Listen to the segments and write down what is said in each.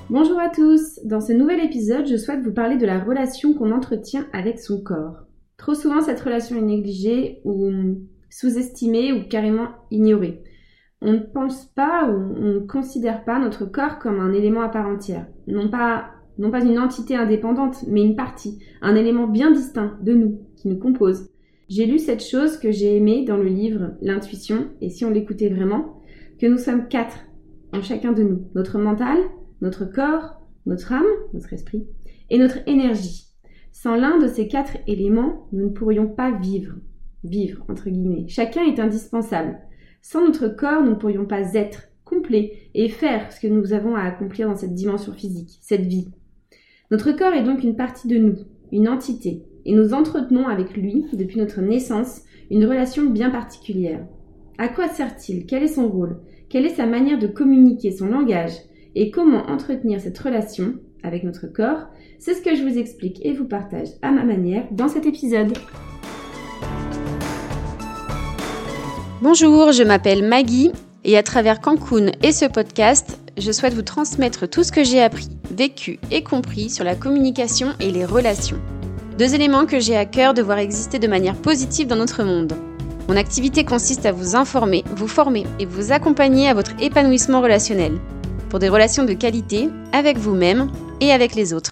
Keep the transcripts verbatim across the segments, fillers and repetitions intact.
Bonjour à tous, dans ce nouvel épisode, je souhaite vous parler de la relation qu'on entretient avec son corps. Trop souvent, cette relation est négligée ou sous-estimée ou carrément ignorée. On ne pense pas ou on ne considère pas notre corps comme un élément à part entière. Non pas, non pas une entité indépendante, mais une partie, un élément bien distinct de nous, qui nous compose. J'ai lu cette chose que j'ai aimée dans le livre « L'intuition » et si on l'écoutait vraiment, que nous sommes quatre en chacun de nous. Notre mental, notre corps, notre âme, notre esprit, et notre énergie. Sans l'un de ces quatre éléments, nous ne pourrions pas vivre. Vivre, entre guillemets. Chacun est indispensable. Sans notre corps, nous ne pourrions pas être complets et faire ce que nous avons à accomplir dans cette dimension physique, cette vie. Notre corps est donc une partie de nous, une entité, et nous entretenons avec lui, depuis notre naissance, une relation bien particulière. À quoi sert-il ? Quel est son rôle ? Quelle est sa manière de communiquer, son langage ? Et comment entretenir cette relation avec notre corps, c'est ce que je vous explique et vous partage à ma manière dans cet épisode. Bonjour, je m'appelle Maggie et à travers Cancun et ce podcast, je souhaite vous transmettre tout ce que j'ai appris, vécu et compris sur la communication et les relations. Deux éléments que j'ai à cœur de voir exister de manière positive dans notre monde. Mon activité consiste à vous informer, vous former et vous accompagner à votre épanouissement relationnel. Pour des relations de qualité avec vous-même et avec les autres.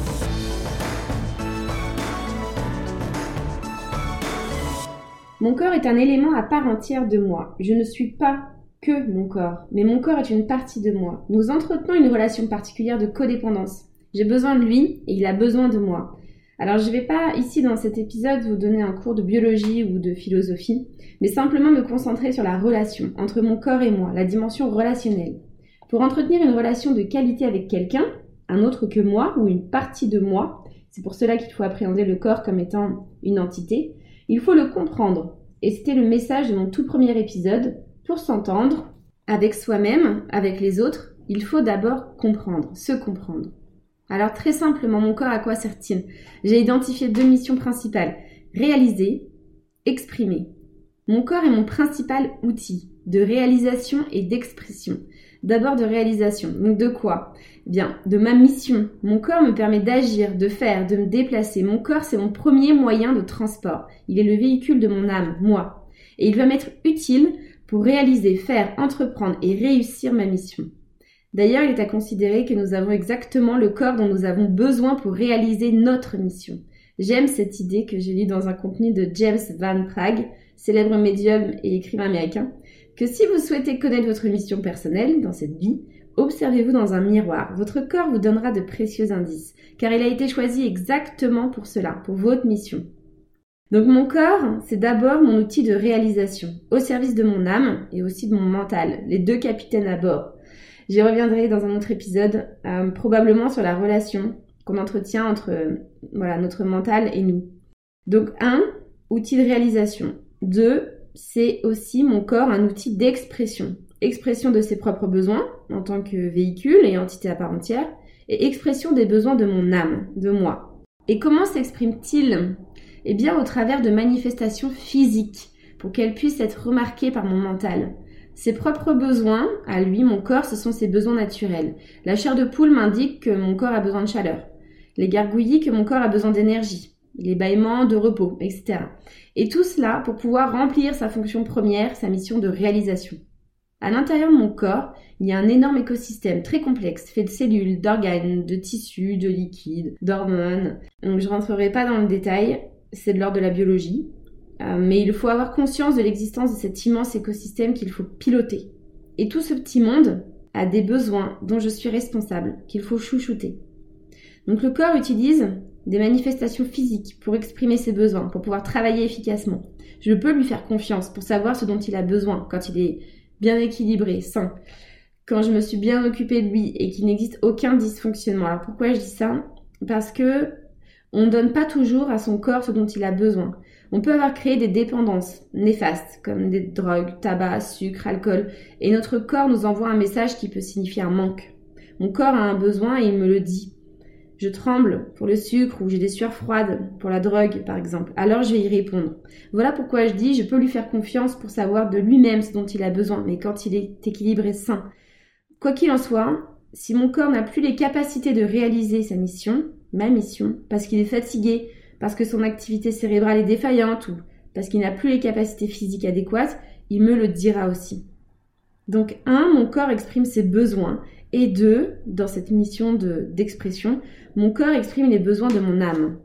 Mon corps est un élément à part entière de moi. Je ne suis pas que mon corps, mais mon corps est une partie de moi. Nous entretenons une relation particulière de codépendance. J'ai besoin de lui et il a besoin de moi. Alors je ne vais pas ici dans cet épisode vous donner un cours de biologie ou de philosophie, mais simplement me concentrer sur la relation entre mon corps et moi, la dimension relationnelle. Pour entretenir une relation de qualité avec quelqu'un, un autre que moi ou une partie de moi, c'est pour cela qu'il faut appréhender le corps comme étant une entité, il faut le comprendre. Et c'était le message de mon tout premier épisode. Pour s'entendre avec soi-même, avec les autres, il faut d'abord comprendre, se comprendre. Alors très simplement, mon corps à quoi sert-il ? J'ai identifié deux missions principales. Réaliser, exprimer. Mon corps est mon principal outil de réalisation et d'expression. D'abord de réalisation. Donc de quoi ? Bien, de ma mission. Mon corps me permet d'agir, de faire, de me déplacer. Mon corps, c'est mon premier moyen de transport. Il est le véhicule de mon âme, moi. Et il va m'être utile pour réaliser, faire, entreprendre et réussir ma mission. D'ailleurs, il est à considérer que nous avons exactement le corps dont nous avons besoin pour réaliser notre mission. J'aime cette idée que j'ai lue dans un contenu de James Van Praagh, célèbre médium et écrivain américain, que si vous souhaitez connaître votre mission personnelle dans cette vie, observez-vous dans un miroir. Votre corps vous donnera de précieux indices, car il a été choisi exactement pour cela, pour votre mission. Donc mon corps, c'est d'abord mon outil de réalisation, au service de mon âme et aussi de mon mental, les deux capitaines à bord. J'y reviendrai dans un autre épisode, euh, probablement sur la relation qu'on entretient entre euh, voilà, notre mental et nous. Donc un, outil de réalisation. Deux, c'est aussi mon corps un outil d'expression. Expression de ses propres besoins en tant que véhicule et entité à part entière, et expression des besoins de mon âme, de moi. Et comment s'exprime-t-il ? Eh bien au travers de manifestations physiques, pour qu'elles puissent être remarquées par mon mental. Ses propres besoins, à lui, mon corps, ce sont ses besoins naturels. La chair de poule m'indique que mon corps a besoin de chaleur. Les gargouillis, que mon corps a besoin d'énergie. Les bâillements, de repos, et cetera. Et tout cela pour pouvoir remplir sa fonction première, sa mission de réalisation. À l'intérieur de mon corps, il y a un énorme écosystème très complexe, fait de cellules, d'organes, de tissus, de liquides, d'hormones. Donc je ne rentrerai pas dans le détail, c'est de l'ordre de la biologie. Euh, mais il faut avoir conscience de l'existence de cet immense écosystème qu'il faut piloter. Et tout ce petit monde a des besoins dont je suis responsable, qu'il faut chouchouter. Donc le corps utilise des manifestations physiques pour exprimer ses besoins, pour pouvoir travailler efficacement. Je peux lui faire confiance pour savoir ce dont il a besoin quand il est bien équilibré, sain, quand je me suis bien occupée de lui et qu'il n'existe aucun dysfonctionnement. Alors pourquoi je dis ça ? Parce que on ne donne pas toujours à son corps ce dont il a besoin. On peut avoir créé des dépendances néfastes, comme des drogues, tabac, sucre, alcool, et notre corps nous envoie un message qui peut signifier un manque. Mon corps a un besoin et il me le dit. Je tremble pour le sucre ou j'ai des sueurs froides pour la drogue, par exemple. Alors je vais y répondre. Voilà pourquoi je dis, je peux lui faire confiance pour savoir de lui-même ce dont il a besoin, mais quand il est équilibré, sain. Quoi qu'il en soit, si mon corps n'a plus les capacités de réaliser sa mission, ma mission, parce qu'il est fatigué, parce que son activité cérébrale est défaillante ou parce qu'il n'a plus les capacités physiques adéquates, il me le dira aussi. Donc, un, mon corps exprime ses besoins. Et deux, dans cette mission de, d'expression, mon corps exprime les besoins de mon âme.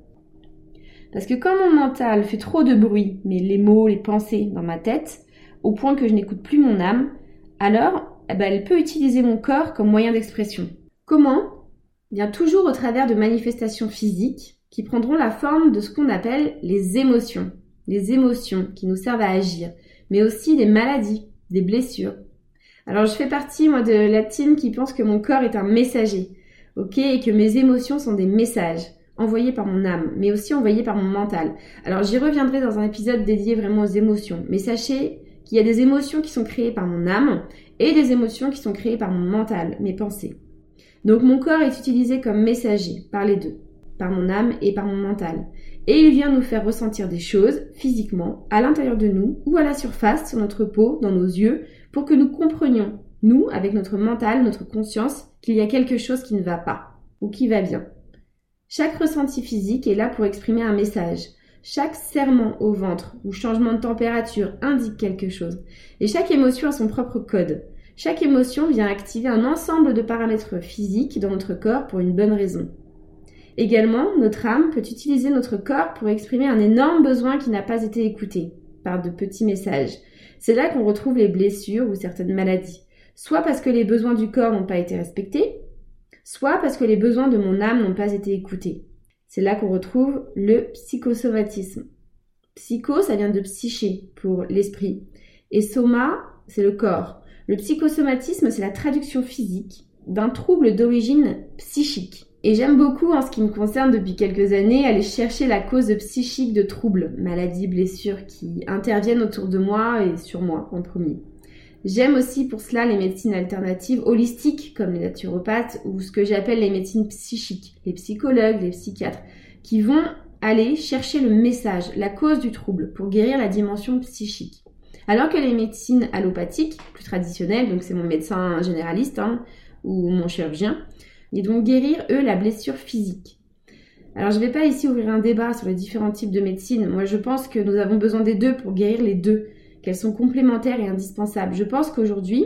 Parce que quand mon mental fait trop de bruit, mais les mots, les pensées dans ma tête, au point que je n'écoute plus mon âme, alors eh ben, elle peut utiliser mon corps comme moyen d'expression. Comment ? Bien toujours au travers de manifestations physiques qui prendront la forme de ce qu'on appelle les émotions. Les émotions qui nous servent à agir, mais aussi des maladies, des blessures. Alors je fais partie moi de la team qui pense que mon corps est un messager, ok, et que mes émotions sont des messages envoyés par mon âme, mais aussi envoyés par mon mental. Alors j'y reviendrai dans un épisode dédié vraiment aux émotions, mais sachez qu'il y a des émotions qui sont créées par mon âme et des émotions qui sont créées par mon mental, mes pensées. Donc mon corps est utilisé comme messager par les deux, par mon âme et par mon mental. Et il vient nous faire ressentir des choses physiquement à l'intérieur de nous ou à la surface, sur notre peau, dans nos yeux, pour que nous comprenions, nous, avec notre mental, notre conscience, qu'il y a quelque chose qui ne va pas ou qui va bien. Chaque ressenti physique est là pour exprimer un message. Chaque serrement au ventre ou changement de température indique quelque chose. Et chaque émotion a son propre code. Chaque émotion vient activer un ensemble de paramètres physiques dans notre corps pour une bonne raison. Également, notre âme peut utiliser notre corps pour exprimer un énorme besoin qui n'a pas été écouté par de petits messages. C'est là qu'on retrouve les blessures ou certaines maladies. Soit parce que les besoins du corps n'ont pas été respectés, soit parce que les besoins de mon âme n'ont pas été écoutés. C'est là qu'on retrouve le psychosomatisme. Psycho, ça vient de psyché pour l'esprit. Et soma, c'est le corps. Le psychosomatisme, c'est la traduction physique d'un trouble d'origine psychique. Et j'aime beaucoup, en ce qui me concerne depuis quelques années, aller chercher la cause psychique de troubles, maladies, blessures qui interviennent autour de moi et sur moi en premier. J'aime aussi pour cela les médecines alternatives holistiques comme les naturopathes ou ce que j'appelle les médecines psychiques, les psychologues, les psychiatres, qui vont aller chercher le message, la cause du trouble pour guérir la dimension psychique. Alors que les médecines allopathiques, plus traditionnelles, donc c'est mon médecin généraliste hein, ou mon chirurgien, et donc guérir, eux, la blessure physique. Alors, je ne vais pas ici ouvrir un débat sur les différents types de médecine. Moi, je pense que nous avons besoin des deux pour guérir les deux, qu'elles sont complémentaires et indispensables. Je pense qu'aujourd'hui,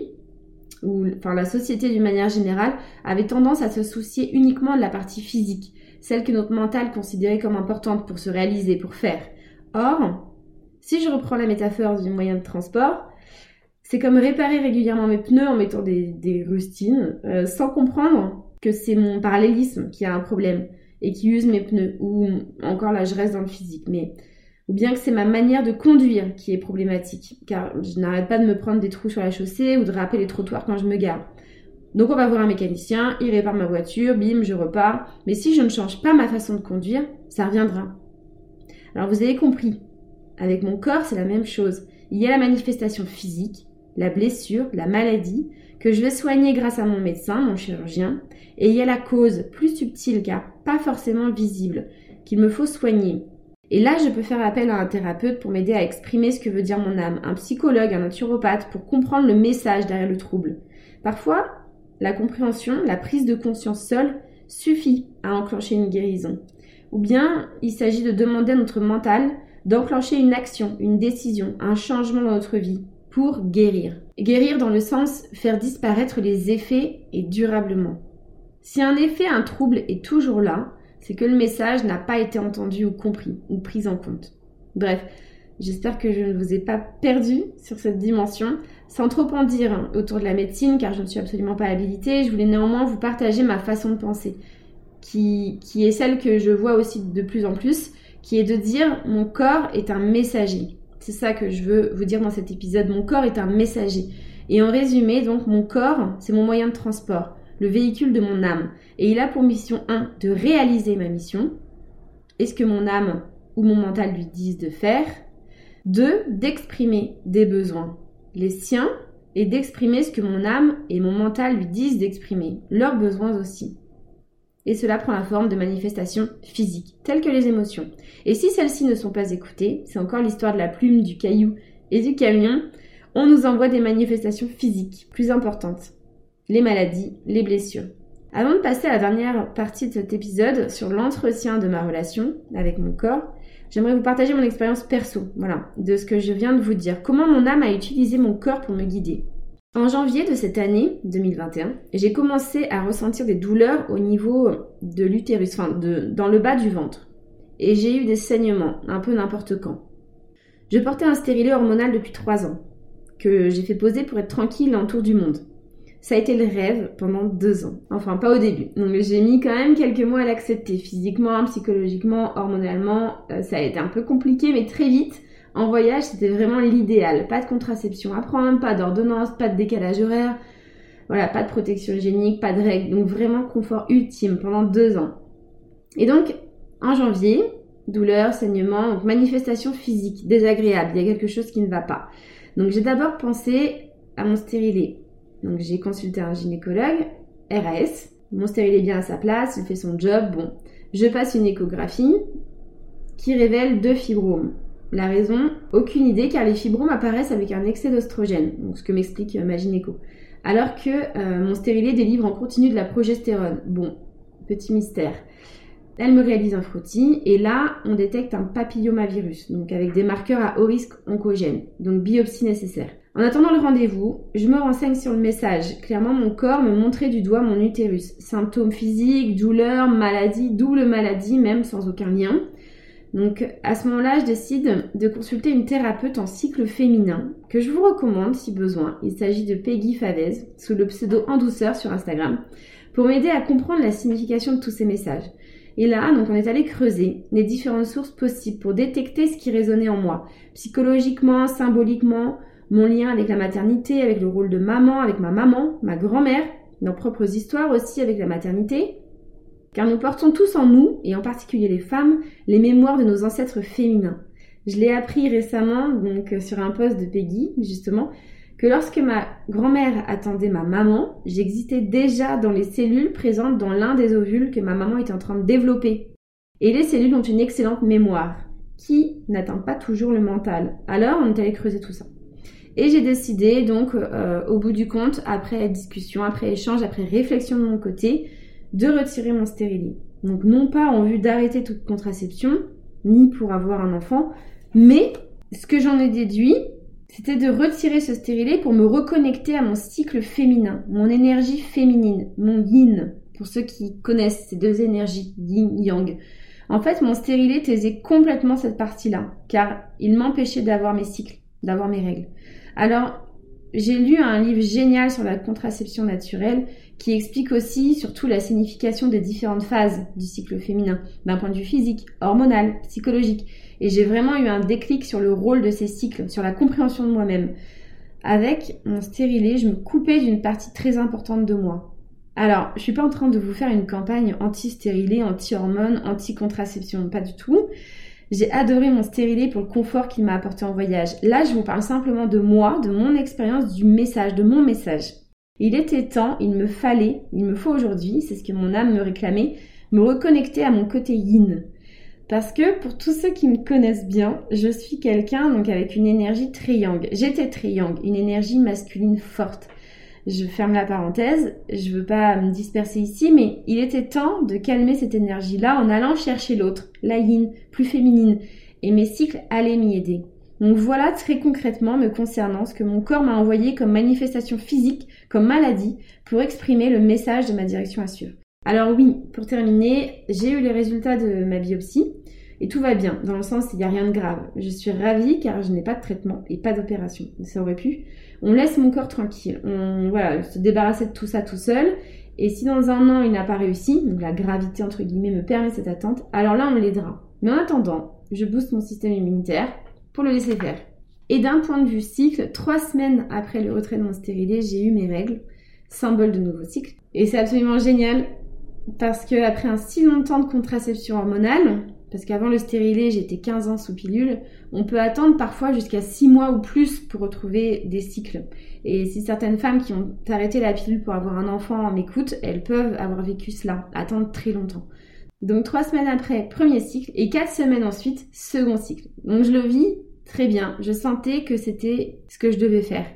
ou enfin la société d'une manière générale, avait tendance à se soucier uniquement de la partie physique, celle que notre mental considérait comme importante pour se réaliser, pour faire. Or, si je reprends la métaphore du moyen de transport, c'est comme réparer régulièrement mes pneus en mettant des, des rustines, euh, sans comprendre que c'est mon parallélisme qui a un problème et qui use mes pneus, ou encore là je reste dans le physique, mais ou bien que c'est ma manière de conduire qui est problématique, car je n'arrête pas de me prendre des trous sur la chaussée ou de râper les trottoirs quand je me gare. Donc on va voir un mécanicien, il répare ma voiture, bim, je repars, mais si je ne change pas ma façon de conduire, ça reviendra. Alors vous avez compris, avec mon corps c'est la même chose, il y a la manifestation physique, la blessure, la maladie, que je vais soigner grâce à mon médecin, mon chirurgien, et il y a la cause, plus subtile car pas forcément visible, qu'il me faut soigner. Et là, je peux faire appel à un thérapeute pour m'aider à exprimer ce que veut dire mon âme, un psychologue, un naturopathe, pour comprendre le message derrière le trouble. Parfois, la compréhension, la prise de conscience seule, suffit à enclencher une guérison. Ou bien, il s'agit de demander à notre mental d'enclencher une action, une décision, un changement dans notre vie, pour guérir. Guérir dans le sens faire disparaître les effets et durablement. Si un effet, un trouble est toujours là, c'est que le message n'a pas été entendu ou compris ou pris en compte. Bref, j'espère que je ne vous ai pas perdu sur cette dimension. Sans trop en dire autour de la médecine, car je ne suis absolument pas habilitée, je voulais néanmoins vous partager ma façon de penser, qui, qui est celle que je vois aussi de plus en plus, qui est de dire « mon corps est un messager ». C'est ça que je veux vous dire dans cet épisode. Mon corps est un messager. Et en résumé, donc, mon corps, c'est mon moyen de transport, le véhicule de mon âme. Et il a pour mission un, de réaliser ma mission. Et ce que mon âme ou mon mental lui disent de faire. deux, d'exprimer des besoins, les siens, et d'exprimer ce que mon âme et mon mental lui disent d'exprimer, leurs besoins aussi. Et cela prend la forme de manifestations physiques, telles que les émotions. Et si celles-ci ne sont pas écoutées, c'est encore l'histoire de la plume, du caillou et du camion, on nous envoie des manifestations physiques plus importantes. les maladies, les blessures. Avant de passer à la dernière partie de cet épisode sur l'entretien de ma relation avec mon corps, j'aimerais vous partager mon expérience perso, voilà, de ce que je viens de vous dire. Comment mon âme a utilisé mon corps pour me guider. En janvier de cette année deux mille vingt et un, j'ai commencé à ressentir des douleurs au niveau de l'utérus, enfin de, dans le bas du ventre. Et j'ai eu des saignements, un peu n'importe quand. Je portais un stérilet hormonal depuis trois ans, que j'ai fait poser pour être tranquille en tour du monde. Ça a été le rêve pendant deux ans. Enfin, pas au début. Donc j'ai mis quand même quelques mois à l'accepter. Physiquement, psychologiquement, hormonalement, euh, ça a été un peu compliqué, mais très vite, en voyage, c'était vraiment l'idéal. Pas de contraception à prendre, pas d'ordonnance, pas de décalage horaire, voilà, pas de protection hygiénique, pas de règles. Donc vraiment confort ultime pendant deux ans. Et donc, en janvier, douleur, saignement, donc manifestation physique, désagréable. Il y a quelque chose qui ne va pas. Donc j'ai d'abord pensé à mon stérilet. Donc j'ai consulté un gynécologue, R A S. Mon stérilet est bien à sa place, il fait son job. Bon, je passe une échographie qui révèle deux fibromes. La raison, aucune idée, car les fibromes apparaissent avec un excès d'oestrogène, donc ce que m'explique ma gynéco. Alors que euh, mon stérilet délivre en continu de la progestérone. Bon, petit mystère. Elle me réalise un frottis et là, on détecte un papillomavirus, donc avec des marqueurs à haut risque oncogène, donc biopsie nécessaire. En attendant le rendez-vous, je me renseigne sur le message. Clairement, mon corps me montrait du doigt mon utérus. Symptômes physiques, douleurs, maladies, double maladie, même sans aucun lien. Donc à ce moment-là, je décide de consulter une thérapeute en cycle féminin que je vous recommande si besoin. Il s'agit de Peggy Favez, sous le pseudo En Douceur sur Instagram, pour m'aider à comprendre la signification de tous ces messages. Et là, donc, on est allé creuser les différentes sources possibles pour détecter ce qui résonnait en moi, psychologiquement, symboliquement, mon lien avec la maternité, avec le rôle de maman, avec ma maman, ma grand-mère, nos propres histoires aussi avec la maternité. Car nous portons tous en nous, et en particulier les femmes, les mémoires de nos ancêtres féminins. Je l'ai appris récemment, donc sur un post de Peggy, justement, que lorsque ma grand-mère attendait ma maman, j'existais déjà dans les cellules présentes dans l'un des ovules que ma maman était en train de développer. Et les cellules ont une excellente mémoire, qui n'atteint pas toujours le mental. Alors, on est allé creuser tout ça. Et j'ai décidé, donc, euh, au bout du compte, après discussion, après échange, après réflexion de mon côté, de retirer mon stérilet. Donc, non pas en vue d'arrêter toute contraception, ni pour avoir un enfant, mais ce que j'en ai déduit, c'était de retirer ce stérilet pour me reconnecter à mon cycle féminin, mon énergie féminine, mon yin, pour ceux qui connaissent ces deux énergies, yin-yang. En fait, mon stérilet taisait complètement cette partie-là, car il m'empêchait d'avoir mes cycles, d'avoir mes règles. Alors, j'ai lu un livre génial sur la contraception naturelle qui explique aussi surtout la signification des différentes phases du cycle féminin, d'un point de vue physique, hormonal, psychologique. Et j'ai vraiment eu un déclic sur le rôle de ces cycles, sur la compréhension de moi-même. Avec mon stérilet, je me coupais d'une partie très importante de moi. Alors, je suis pas en train de vous faire une campagne anti-stérilet, anti-hormones, anti-contraception, pas du tout. J'ai adoré mon stérilet pour le confort qu'il m'a apporté en voyage. Là, je vous parle simplement de moi, de mon expérience, du message, de mon message. Il était temps, il me fallait, il me faut aujourd'hui, c'est ce que mon âme me réclamait, me reconnecter à mon côté yin. Parce que pour tous ceux qui me connaissent bien, je suis quelqu'un donc avec une énergie très yang. J'étais très yang, une énergie masculine forte. Je ferme la parenthèse, je veux pas me disperser ici, mais il était temps de calmer cette énergie-là en allant chercher l'autre, la yin, plus féminine. Et mes cycles allaient m'y aider. Donc voilà très concrètement me concernant ce que mon corps m'a envoyé comme manifestation physique, comme maladie, pour exprimer le message de ma direction à suivre. Alors oui, pour terminer, j'ai eu les résultats de ma biopsie et tout va bien, dans le sens il n'y a rien de grave. Je suis ravie car je n'ai pas de traitement et pas d'opération, ça aurait pu. On laisse mon corps tranquille, on voilà, se débarrasser de tout ça tout seul. Et si dans un an il n'a pas réussi, donc la gravité entre guillemets me permet cette attente, alors là on l'aidera. Mais en attendant, je booste mon système immunitaire pour le laisser faire. Et d'un point de vue cycle, trois semaines après le retrait de mon stérilet, j'ai eu mes règles, symbole de nouveau cycle. Et c'est absolument génial parce qu'après un si longtemps de contraception hormonale, parce qu'avant le stérilet, j'étais quinze ans sous pilule, on peut attendre parfois jusqu'à six mois ou plus pour retrouver des cycles. Et si certaines femmes qui ont arrêté la pilule pour avoir un enfant m'écoutent, elles peuvent avoir vécu cela, attendre très longtemps. Donc trois semaines après, premier cycle, et quatre semaines ensuite, second cycle. Donc je le vis très bien, je sentais que c'était ce que je devais faire.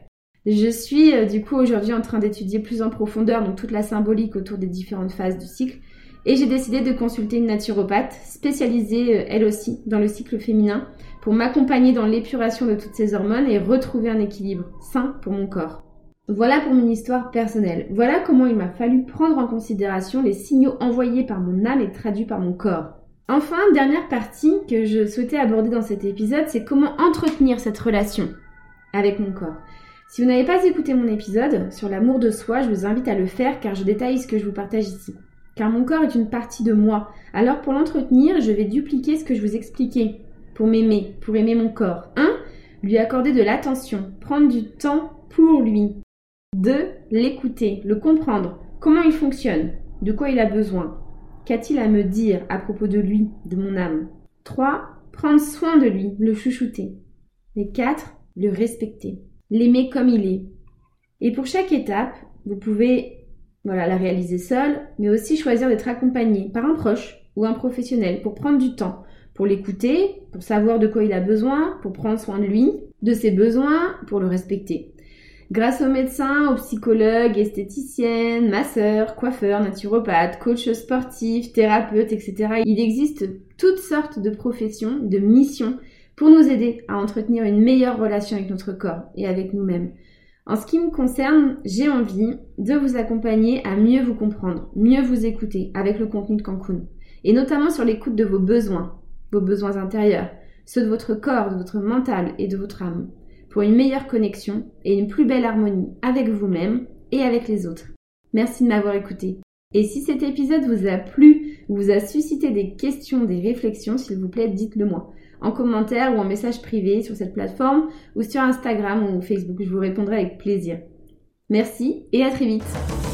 Je suis euh, du coup aujourd'hui en train d'étudier plus en profondeur donc toute la symbolique autour des différentes phases du cycle et j'ai décidé de consulter une naturopathe spécialisée euh, elle aussi dans le cycle féminin pour m'accompagner dans l'épuration de toutes ces hormones et retrouver un équilibre sain pour mon corps. Voilà pour mon histoire personnelle. Voilà comment il m'a fallu prendre en considération les signaux envoyés par mon âme et traduits par mon corps. Enfin, dernière partie que je souhaitais aborder dans cet épisode, c'est comment entretenir cette relation avec mon corps. Si vous n'avez pas écouté mon épisode sur l'amour de soi, je vous invite à le faire car je détaille ce que je vous partage ici. Car mon corps est une partie de moi. Alors pour l'entretenir, je vais dupliquer ce que je vous expliquais pour m'aimer, pour aimer mon corps. un. Lui accorder de l'attention, prendre du temps pour lui. deux. L'écouter, le comprendre, comment il fonctionne, de quoi il a besoin, qu'a-t-il à me dire à propos de lui, de mon âme. trois. Prendre soin de lui, le chouchouter. Et quatre. Le respecter. L'aimer comme il est. Et pour chaque étape, vous pouvez voilà, la réaliser seule, mais aussi choisir d'être accompagné par un proche ou un professionnel pour prendre du temps, pour l'écouter, pour savoir de quoi il a besoin, pour prendre soin de lui, de ses besoins, pour le respecter. Grâce aux médecins, aux psychologues, esthéticiennes, masseurs, coiffeurs, naturopathes, coachs sportifs, thérapeutes, et cetera, il existe toutes sortes de professions, de missions pour nous aider à entretenir une meilleure relation avec notre corps et avec nous-mêmes. En ce qui me concerne, j'ai envie de vous accompagner à mieux vous comprendre, mieux vous écouter avec le contenu de Cancun, et notamment sur l'écoute de vos besoins, vos besoins intérieurs, ceux de votre corps, de votre mental et de votre âme, pour une meilleure connexion et une plus belle harmonie avec vous-même et avec les autres. Merci de m'avoir écouté. Et si cet épisode vous a plu, vous a suscité des questions, des réflexions, s'il vous plaît, dites-le moi. En commentaire ou en message privé sur cette plateforme ou sur Instagram ou Facebook. Je vous répondrai avec plaisir. Merci et à très vite.